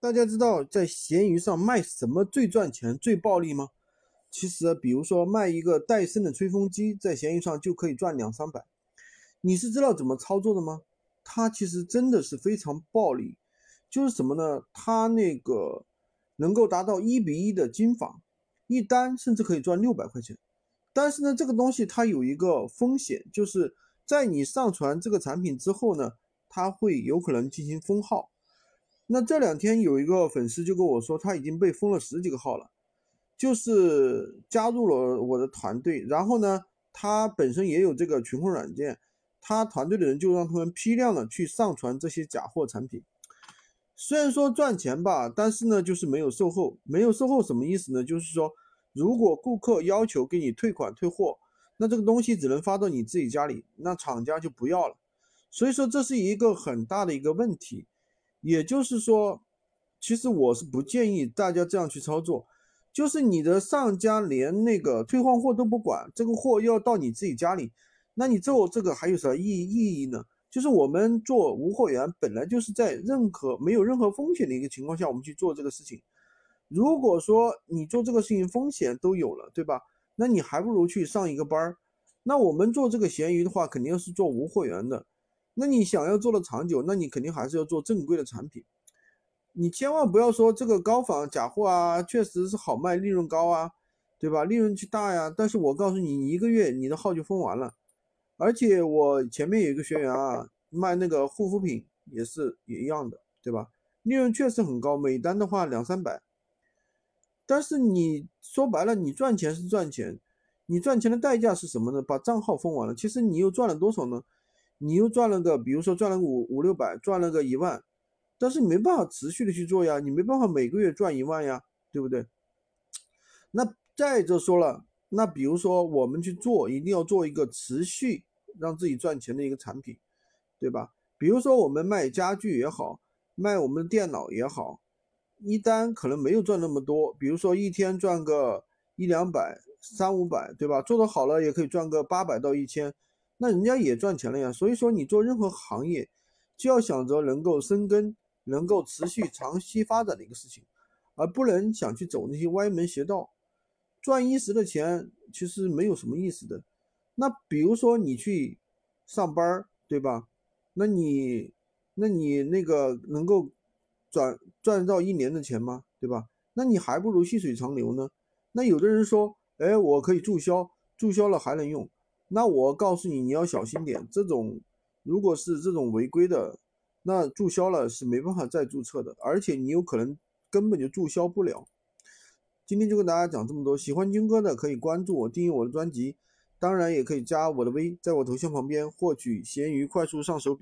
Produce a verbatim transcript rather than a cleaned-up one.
大家知道在闲鱼上卖什么最赚钱、最暴利吗？其实，比如说卖一个戴森的吹风机，在闲鱼上就可以赚两三百。你是知道怎么操作的吗？它其实真的是非常暴利，就是什么呢？它那个能够达到一比一的金仿，一单甚至可以赚六百块钱。但是呢，这个东西它有一个风险，就是在你上传这个产品之后呢，它会有可能进行封号。那这两天有一个粉丝就跟我说，他已经被封了十几个号了，就是加入了我的团队，然后呢，他本身也有这个群控软件，他团队的人就让他们批量的去上传这些假货产品。虽然说赚钱吧，但是呢，就是没有售后。没有售后什么意思呢？就是说，如果顾客要求给你退款退货，那这个东西只能发到你自己家里，那厂家就不要了。所以说这是一个很大的一个问题。也就是说，其实我是不建议大家这样去操作，就是你的上家连那个退换货都不管，这个货要到你自己家里，那你做这个还有啥意意义呢？就是我们做无货源本来就是在任何没有任何风险的一个情况下，我们去做这个事情。如果说你做这个事情风险都有了，对吧？那你还不如去上一个班儿。那我们做这个闲鱼的话，肯定是做无货源的。那你想要做的长久，那你肯定还是要做正规的产品。你千万不要说这个高仿假货啊，确实是好卖，利润高啊，对吧？利润巨大呀。但是我告诉你，你一个月你的号就封完了。而且我前面有一个学员啊，卖那个护肤品也是也一样的，对吧？利润确实很高，每单的话两三百。但是你说白了，你赚钱是赚钱，你赚钱的代价是什么呢？把账号封完了，其实你又赚了多少呢？你又赚了个，比如说赚了个五五六百，赚了个一万，但是你没办法持续的去做呀，你没办法每个月赚一万呀，对不对？那再者说了，那比如说我们去做，一定要做一个持续让自己赚钱的一个产品，对吧？比如说我们卖家具也好，卖我们的电脑也好，一单可能没有赚那么多，比如说一天赚个一两百、三五百，对吧？做得好了也可以赚个八百到一千，那人家也赚钱了呀。所以说你做任何行业，就要想着能够生根、能够持续长期发展的一个事情，而不能想去走那些歪门邪道。赚一时的钱其实没有什么意思的。那比如说你去上班，对吧？那你那你那个能够转赚到一年的钱吗？对吧？那你还不如细水长流呢。那有的人说，哎，我可以注销，注销了还能用。那我告诉你，你要小心点。这种如果是这种违规的，那注销了是没办法再注册的，而且你有可能根本就注销不了。今天就跟大家讲这么多，喜欢军哥的可以关注我，订阅我的专辑，当然也可以加我的微，在我头像旁边获取闲鱼快速上手。